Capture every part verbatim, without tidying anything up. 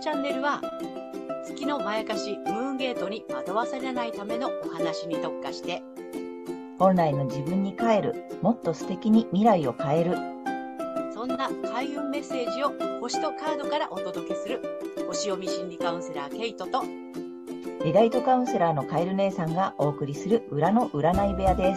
チャンネルは月のまやかしムーンゲートに惑わされないためのお話に特化して、 本来の自分に帰る、もっと素敵に未来を変える、 そんな開運メッセージを星とカードからお届けする星読み心理カウンセラーケイトとリライトカウンセラーのカエル姉さんがお送りする裏の占い部屋です。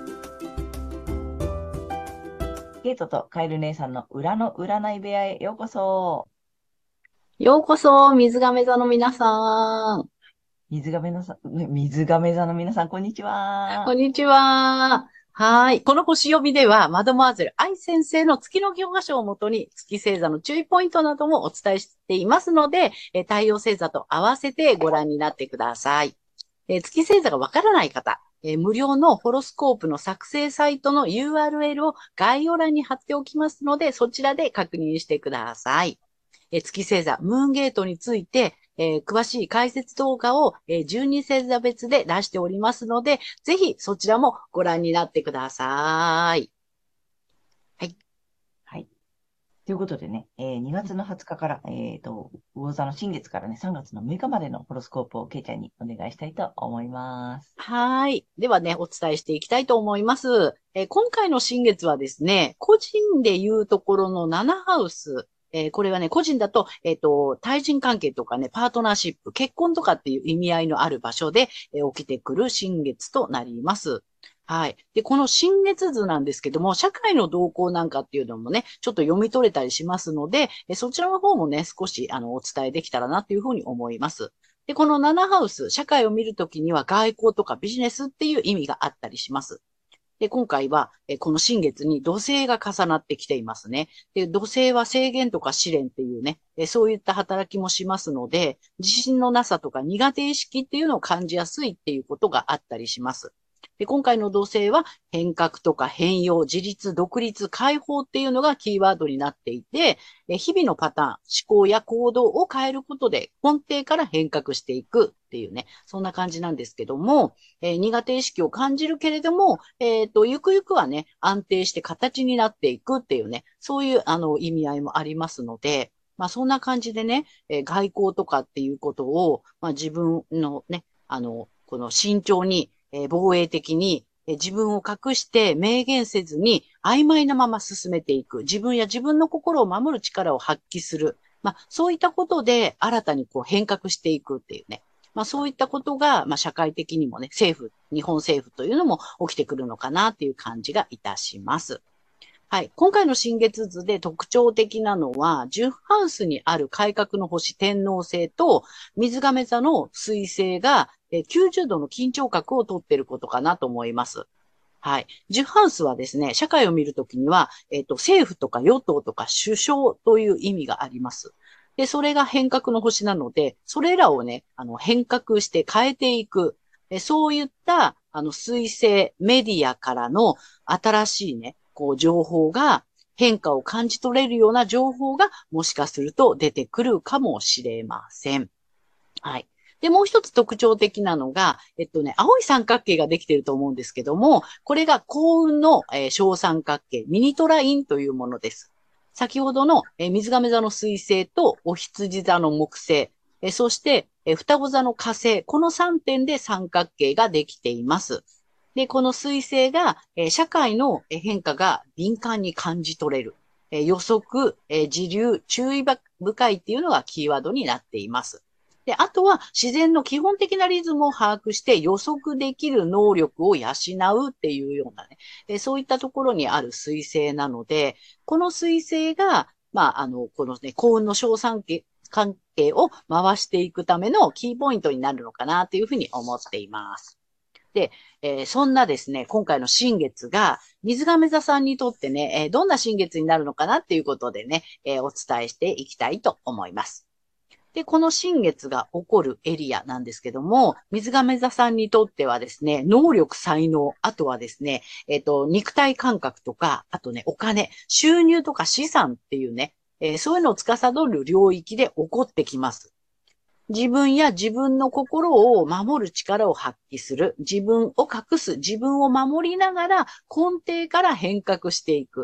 ケイトとカエル姉さんの裏の占い部屋へようこそ。 ようこそ、水亀座の皆さん。 水亀のさ、水亀座の皆さん、こんにちは。 こんにちは。はい。この星読みでは、マドモアゼル愛先生の月の教科書をもとに、月星座の注意ポイントなどもお伝えしていますので、え太陽星座と合わせてご覧になってください。え月星座がわからない方、え無料のホロスコープの作成サイトの ユーアールエル を概要欄に貼っておきますので、そちらで確認してください。え月星座、ムーンゲートについて、えー、詳しい解説動画を、えー、じゅうに星座別で出しておりますので、ぜひそちらもご覧になってください。はい。 はい。ということでね、えー、にがつのはつかから、えっと、魚座の新月からね、さんがつのむいかまでのホロスコープをケイちゃんにお願いしたいと思います。 はい。ではね、お伝えしていきたいと思います。えー、今回の新月はですね、個人でいうところのななハウス、えー、これはね、個人だと、えっと、対人関係とかね、パートナーシップ、結婚とかっていう意味合いのある場所で、えー、起きてくる新月となります。はい。で、この新月図なんですけども、社会の動向なんかっていうのもね、ちょっと読み取れたりしますので、えそちらの方もね、少し、あの、お伝えできたらなっていうふうに思います。で、このななハウス、社会を見るときには外交とかビジネスっていう意味があったりします。で、今回は、えこの新月に土星が重なってきていますね。で、土星は制限とか試練っていうね、えそういった働きもしますので、自信のなさとか苦手意識っていうのを感じやすいっていうことがあったりします。で、今回の土星は変革とか変容、自立、独立、解放っていうのがキーワードになっていて、日々のパターン、思考や行動を変えることで根底から変革していくっていうね、そんな感じなんですけども、えー、苦手意識を感じるけれども、えっと、ゆくゆくはね、安定して形になっていくっていうね、そういうあの意味合いもありますので、まあそんな感じでね、えー、外交とかっていうことを、まあ自分のね、あの、この慎重に、えー、防衛的に、えー、自分を隠して明言せずに曖昧なまま進めていく。自分や自分の心を守る力を発揮する。まあそういったことで新たにこう変革していくっていうね。まあそういったことが、まあ社会的にもね、政府、日本政府というのも起きてくるのかなっていう感じがいたします。はい。今回の新月図で特徴的なのは、じゅうハウスにある改革の星天王星と、水亀座の水星がきゅうじゅうどの緊張角を取っていることかなと思います。はい。じゅうハウスはですね、社会を見るときには、えっと、政府とか与党とか首相という意味があります。で、それが変革の星なので、それらをね、あの、変革して変えていく。そういった、あの、彗星、メディアからの新しいね、こう、情報が、変化を感じ取れるような情報が、もしかすると出てくるかもしれません。はい。で、もう一つ特徴的なのが、えっとね、青い三角形ができていると思うんですけども、これが幸運の、えー、小三角形、ミニトラインというものです。先ほどの、えー、水亀座の水星とお羊座の木星、えー、そして、えー、双子座の火星、このさんてんで三角形ができています。で、この水星が、えー、社会の変化が敏感に感じ取れる。えー、予測、えー、自流、注意深いっていうのがキーワードになっています。で、あとは自然の基本的なリズムを把握して予測できる能力を養うっていうようなね、えそういったところにある彗星なので、この彗星が、まあ、あの、このね、幸運の小三角関係を回していくためのキーポイントになるのかなというふうに思っています。で、えー、そんなですね、今回の新月が、水亀座さんにとってね、えー、どんな新月になるのかなっていうことでね、えー、お伝えしていきたいと思います。で、この新月が起こるエリアなんですけども、水亀座さんにとってはですね、能力、才能、あとはですね、えっと、肉体感覚とか、あとね、お金、収入とか資産っていうね、えー、そういうのを司る領域で起こってきます。自分や自分の心を守る力を発揮する。自分を隠す。自分を守りながら根底から変革していく。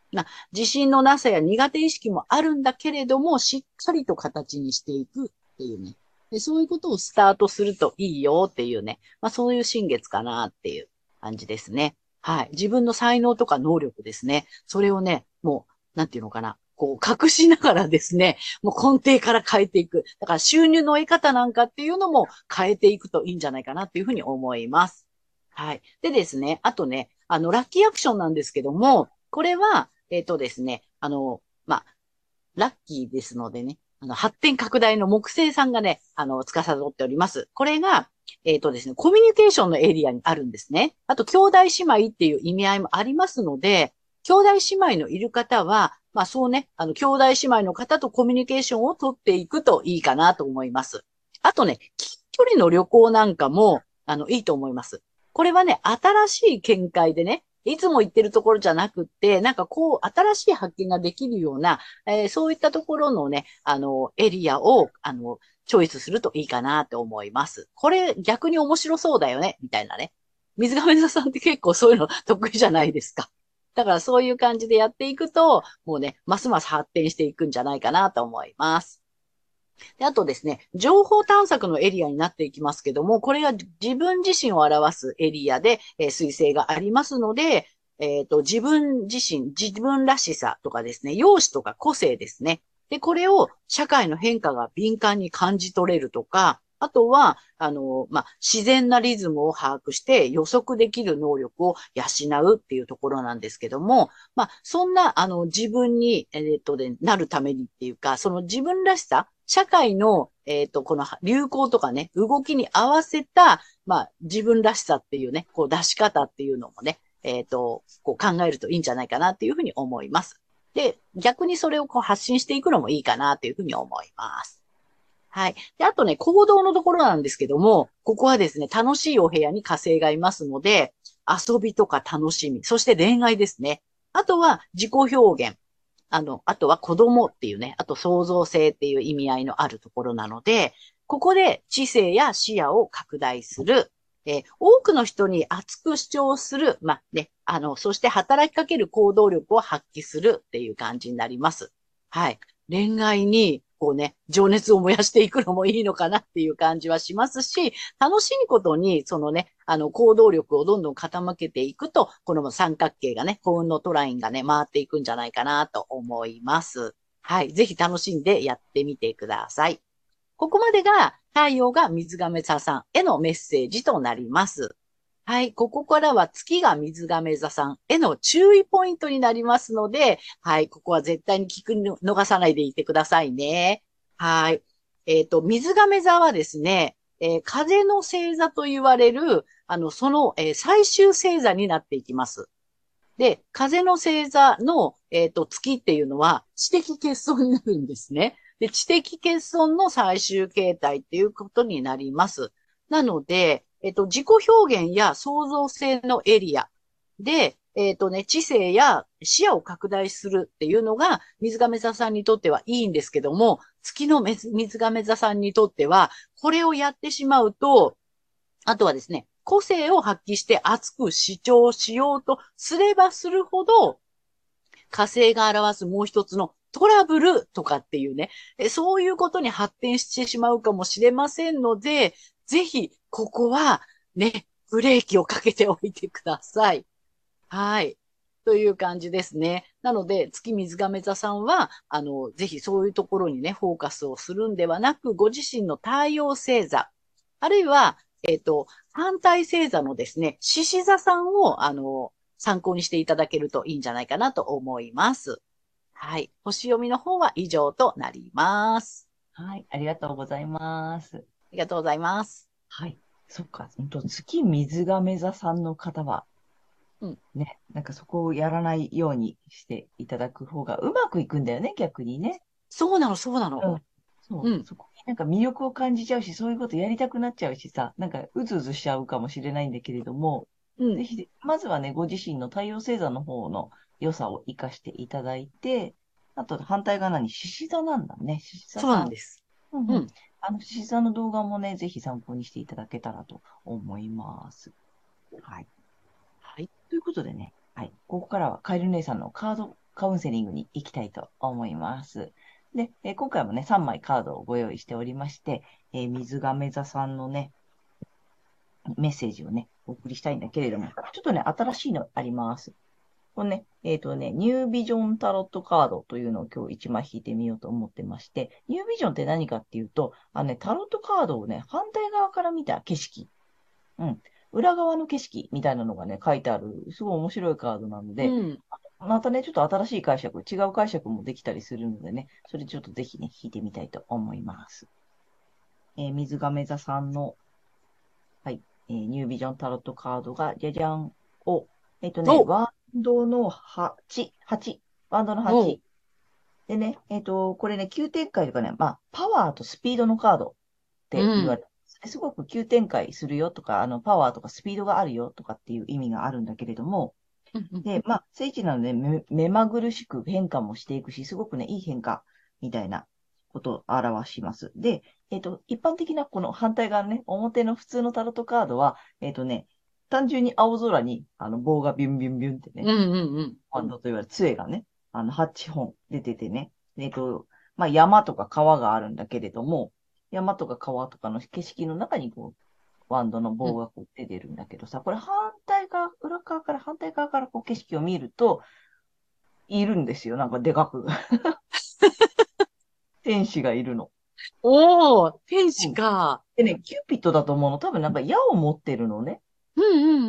まあ、自信のなさや苦手意識もあるんだけれども、しっかりと形にしていくっていうね。で、そういうことをスタートするといいよっていうね。まあ、そういう新月かなっていう感じですね。はい。自分の才能とか能力ですね。それをね、もう、なんていうのかな。こう、隠しながらですね、もう根底から変えていく。だから収入の得方なんかっていうのも変えていくといいんじゃないかなっていうふうに思います。はい。でですね、あとね、あの、ラッキーアクションなんですけども、これは、えっとですね、あの、まあ、ラッキーですのでね、あの、発展拡大の木星さんがね、あの、司っております。これが、えっとですね、コミュニケーションのエリアにあるんですね。あと、兄弟姉妹っていう意味合いもありますので、兄弟姉妹のいる方は、まあそうね、あの、兄弟姉妹の方とコミュニケーションをとっていくといいかなと思います。あとね、近距離の旅行なんかも、あの、いいと思います。これはね、新しい見解でね、いつも行ってるところじゃなくって、なんかこう、新しい発見ができるような、えーそういったところのね、あの、エリアを、あの、チョイスするといいかなと思います。これ逆に面白そうだよね、みたいなね。水亀座さんって結構そういうの得意じゃないですか。だからそういう感じでやっていくと、もうね、ますます発展していくんじゃないかなと思います。で、あとですね、情報探索のエリアになっていきますけども、これが自分自身を表すエリアで、えー、彗星がありますので、えっと、自分自身、自分らしさとかですね、容姿とか個性ですね。で、これを社会の変化が敏感に感じ取れるとか、あとは、あの、まあ、自然なリズムを把握して予測できる能力を養うっていうところなんですけども、まあ、そんな、あの、自分に、えっと、で、なるためにっていうか、その自分らしさ、社会の、えっと、この流行とかね、動きに合わせた、まあ、自分らしさっていうね、こう出し方っていうのもね、えっと、こう考えるといいんじゃないかなっていうふうに思います。で、逆にそれをこう発信していくのもいいかなというふうに思います。はい。で、あとね、行動のところなんですけども、ここはですね、楽しいお部屋に火星がいますので、遊びとか楽しみ、そして恋愛ですね。あとは自己表現。あの、あとは子供っていうね、あと創造性っていう意味合いのあるところなので、ここで知性や視野を拡大する。えー多くの人に熱く主張する。まあね、あの、そして働きかける行動力を発揮するっていう感じになります。はい。恋愛に、こうね、情熱を燃やしていくのもいいのかなっていう感じはしますし、楽しいことに、そのね、あの、行動力をどんどん傾けていくと、この三角形がね、幸運のトラインがね、回っていくんじゃないかなと思います。はい。ぜひ楽しんでやってみてください。ここまでが太陽が水亀座さんへのメッセージとなります。はい。ここからは月が水亀座さんへの注意ポイントになりますので、はい。ここは絶対に聞くの逃さないでいてくださいね。はい。えっと、水亀座はですね、えー風の星座と言われる、あの、その、えー最終星座になっていきます。で、風の星座の、えっと、月っていうのは知的欠損になるんですね。で、知的欠損の最終形態っていうことになります。なので、えっと、自己表現や創造性のエリアで、えっとね、知性や視野を拡大するっていうのが水亀座さんにとってはいいんですけども、月の水亀座さんにとっては、これをやってしまうと、あとはですね、個性を発揮して熱く主張しようとすればするほど、火星が表すもう一つのトラブルとかっていうね、そういうことに発展してしまうかもしれませんので、ぜひ、ここはね、ブレーキをかけておいてください。はい。という感じですね。なので、月水亀座さんは、あの、ぜひそういうところにね、フォーカスをするんではなく、ご自身の太陽星座、あるいは、えっと、反対星座のですね、獅子座さんを、あの、参考にしていただけるといいんじゃないかなと思います。はい。星読みの方は以上となります。 はい、ありがとうございます。 ありがとうございます。 はい。そっか、本当月水亀座さんの方は、 うん。 ね、なんかそこをやらないようにしていただく方がうまくいくんだよね、逆にね。 そうなの、そうなの。 うん。そう。 うん。 そこになんか魅力を感じちゃうし、そういうことやりたくなっちゃうしさ、なんかうずうずしちゃうかもしれないんだけれども、 うん。 ぜひ、まずはね、ご自身の太陽星座の方の良さを活かしていただいて、あと反対側に獅子座なんだね。獅子座そうさん。 なんです。 うんうん。 うん。 あの、獅子座の動画もね、ぜひ参考にしていただけたらと思います。はい。 はい。 ということでね、はい。ここからはカエル姉さんのカードカウンセリングに行きたいと思います。で、えー今回もね、さんまいカードをご用意しておりまして、えー水亀座さんのね、メッセージをね、お送りしたいんだけれども、ちょっとね、新しいのあります。これね、えっとね、ニュービジョンタロットカードというのを今日いちまい引いてみようと思ってまして、ニュービジョンって何かっていうと、あのね、タロットカードをね、反対側から見た景色、うん、裏側の景色みたいなのがね、書いてある、すごい面白いカードなので、 うん。 またね、ちょっと新しい解釈、違う解釈もできたりするのでね、それちょっとぜひね、引いてみたいと思います。えー水亀座さんの、はい、えーニュービジョンタロットカードが、じゃじゃん、お、えっとね、 お、 ワンドのはち、はち、ワンドのお、 はち。でね、えっと、これね、急展開とかね、まあ、パワーとスピードのカードっうて言わん。 れてます。すごく急展開するよとか、あの、パワーとかスピードがあるよとかっていう意味があるんだけれども、 うん、うん。 で、まあ、聖地なので目、目まぐるしく変化もしていくし、すごくね、いい変化みたいなことを表します。で、えっと、一般的なこの反対側のね、表の普通のタロットカードは、えっとね、単純に青空にあの棒がビュンビュンビュンってね、 うん、うん、うん。 ハンドといわれる杖がね、あのはちほん出ててね、えっと、まあ、山とか川があるんだけれども、山とか川とかの景色の中にこう、ワンドの棒がこう出てるんだけどさ、これ反対側、裏側から反対側からこう景色を見ると、いるんですよ。なんかでかく。天使がいるの。 おー、天使うん。 か。 でね、キューピッドだと思うの。多分なんか矢を持ってるのね。 うん、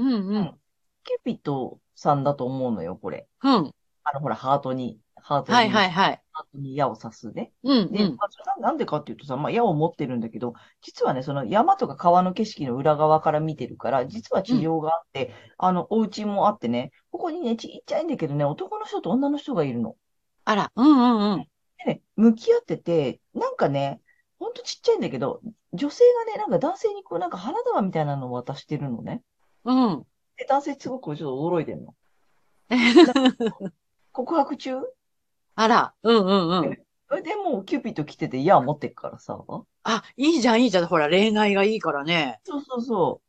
うん、うん、うん。 うん。キューピッドさんだと思うのよ、これ。 うん。 あの、ほら、ハートに、ハートはい、はに、 い、はい。 ハートに矢を刺すね。 うん、うで、 ん。 まあ、それななんでかっていうとさ、まあ、矢を持ってるんだけど、実はね、その山とか川の景色の裏側から見てるから、実はうん。 地上があって、あの、お家もあってね、ここにね、ちっちゃいんだけどね、男の人と女の人がいるの。 あら、うん、うん、うん。 でね、向き合ってて、なんかね、ほんとちっちゃいんだけど、女性がね、なんか男性にこう、なんか花束みたいなのを渡してるのね。 うん。 で、男性すごくちょっと驚いてるの。なんか告白中あら、うん、うん、うん。 でそれでもうキューピッド来てて矢持ってっからさ。 あ、いいじゃん、いいじゃん。ほら、恋愛がいいからね。 そうそうそう。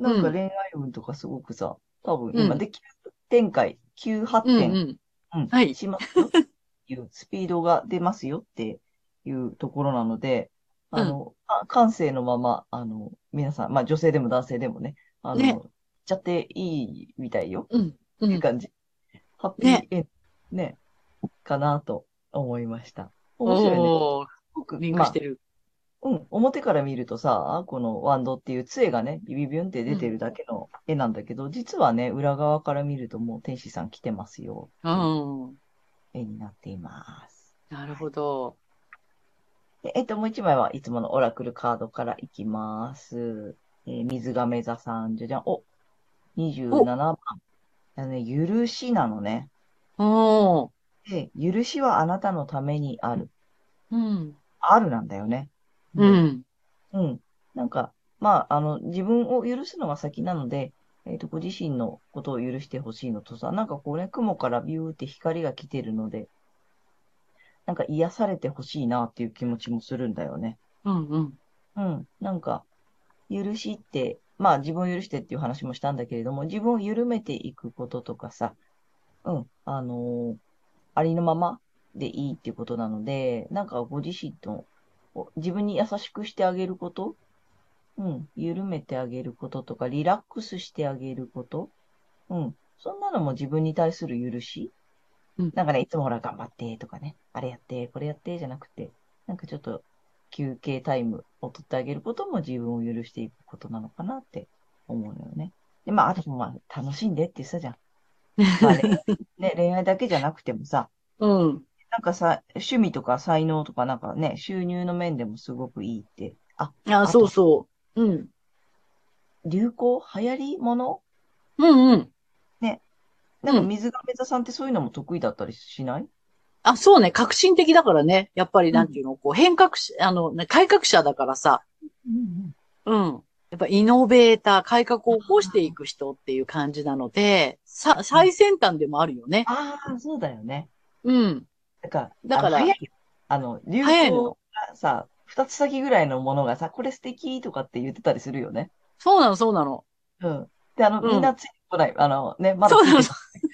うん、 なんか恋愛運とかすごくさ、多分今うん、 で急展開、急発うん、 展、 うん。 うん、 はい。 しますよっていうスピードが出ますよっていうところなので、 うん。 あの、あ感性のまま、あの、皆さん、まあ女性でも男性でもね、あの、 ね。 行っちゃっていいみたいようん、うっていうん。 感じ。ハッピね。 ーエンド、ね、かなと思いました。面白いね。 おー、 僕、 リンクまあ、 してる。 うん、表から見るとさ、このワンドっていう杖がね、ビビビュンってうん、 出てるだけの絵なんだけど、実はね、裏側から見るともう天使さん来てますようっていうん。 絵になっています。 なるはい。 ほど。 でえっと、もう一枚はいつものオラクルカードからいきます。えー水亀座さん、じゃじゃん。お、 お、 にじゅうななばん。あのね、許しなのね。 おー、 で、許しはあなたのためにある。 うん、 あるなんだよね。で、 うん、 うん。なんか、まあ、あの、自分を許すのが先なので、えっと、ご自身のことを許してほしいのとさ、なんかこうね、雲からビューって光が来てるので、なんか癒されてほしいなっていう気持ちもするんだよね。 うん、うん。 うん。なんか、許しって、まあ自分を許してっていう話もしたんだけれども、自分を緩めていくこととかさ、うん、あのーありのままでいいっていうことなので、なんかご自身と、お自分に優しくしてあげること、うん、緩めてあげることとか、リラックスしてあげること、うん、そんなのも自分に対する許し。 うん。 なんかね、いつもほら頑張ってとかね、あれやって、これやってじゃなくて、なんかちょっと休憩タイムを取ってあげることも自分を許していくことなのかなって思うのよね。で、まあ、あとまあ、楽しんでって言ってたじゃん。まあ、恋愛ね、恋愛だけじゃなくてもさ、 うん。 なんかさ、趣味とか才能とかなんかね、収入の面でもすごくいいって。あ、 あ、 あと、 そうそう。うん。 流行流行りものうん、うん、 ね。なんうん。 か水亀座さんってそういうのも得意だったりしない？ あ、そうね。革新的だからね。やっぱりうん。 なんていうの、こう変革し、あの、ね、改革者だからさ。 うんうん。 うん。やっぱイノベーター、改革を起こしていく人っていう感じなので、さ、 うん。 最先端でもあるよね。 ああ、そうだよね。 うん。 なんか、あの、 だから、 早いよ。あの、流行早いのよ。 がさ、二つ先ぐらいのものがさ、これ素敵とかって言ってたりするよね。 そうなの、そうなの。 うん。で、あの、 うん。 みんなついてこない。あの、ね、まだそうなの。 ついてこない。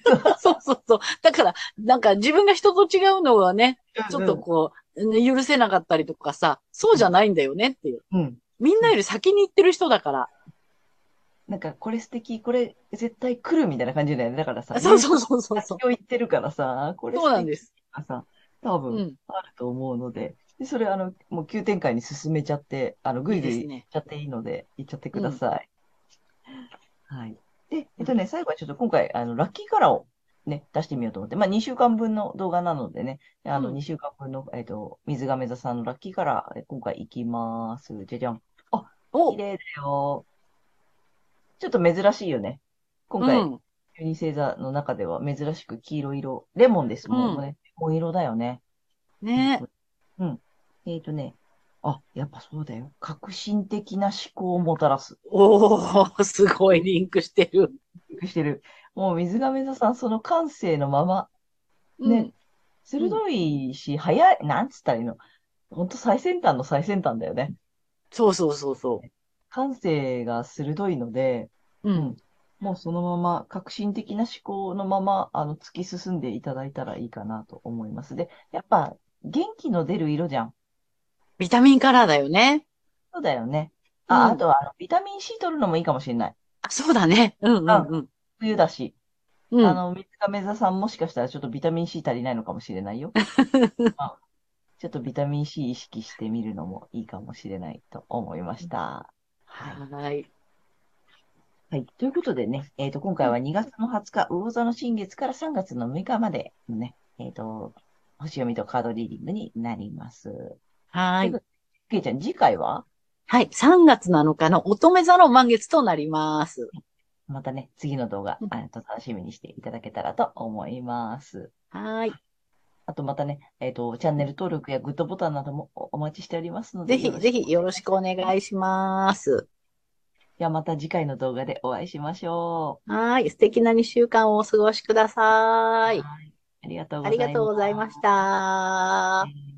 そうそうそう。だから、なんか自分が人と違うのはね、ちょっうんうん。 とこう、ね許せなかったりとかさ、そううん。 じゃないんだよねっていう。 うん。 みんなより先に行ってる人だから。 なんか、これ素敵、これ絶対来るみたいな感じだよね。だからさ、 そう連想そうそうそうそう。 先を言ってるからさ、これ素敵そうなんです。 とかさ、多分うん。 あると思うので、で、それあの、もう急展開に進めちゃって、あの、ぐいぐい行っいいですね。 ちゃっていいので、行っちゃってくうん。 ださい。はい。で、えうん。 っとね、最後はちょっと今回、あの、ラッキーカラーをね、出してみようと思って、まあ、にしゅうかんぶんの動画なのでね、あの、 うん。 にしゅうかんぶんの、えっと、水亀座さんのラッキーカラー、え今回いきます。じゃじゃん。あ、綺お、 麗だよ。ちょっと珍しいよね。今回、 うん。 じゅうに星座の中では珍しく黄色色。レモンです。もう、もううん。 ね、レモン色だよね。本ね。 当に。うん。えっとね、あ、やっぱそうだよ。革新的な思考をもたらす。 おー、すごいリンクしてる。 びっくりしてる。もう水亀座さん、その感性のまま、ね、 うん。うん。 鋭いし、早い、なんつったらいいの。ほんと最先端の最先端だよね。 そうそうそうそ感性が鋭いので、 う。ううん。 ん。 もうそのまま、革新的な思考のまま、あの、突き進んでいただいたらいいかなと思います。で、やっぱ、元気の出る色じゃん。 ビタミンカラーだよね。 そうだよね。あ、あうん。 とは、あのビタミン C 取るのもいいかもしれない。 あ、そうだね。うんううん。 んうん。 冬だし。 うん。 あの、水亀座さんもしかしたらちょっとビタミン C 足りないのかもしれないよ。うん。ちょっとビタミン C 意識してみるのもいいかもしれないと思いました。はい。 はーい。 はい。ということでね、えっと、今回はうん。 にがつのはつか、魚座の新月からさんがつのむいかまでのね、えっと、星読みとカードリーディングになります。 はーい。 ということで、けいちゃん、次回ははい。さんがつなのかの乙女座の満月となります。 またね、次の動画、 うん。 あと楽しみにしていただけたらと思います。 はーい。 あとまたね、えっと、チャンネル登録やグッドボタンなどもおお待ちしておりますので、よぜひ、 ろしくお願ぜひよろしくおいします。 願いします。 ではまた次回の動画でお会いしましょう。 はーい。素敵なにしゅうかんをお過ごしください。 はい。ありがとうありがとうございます。 ございました。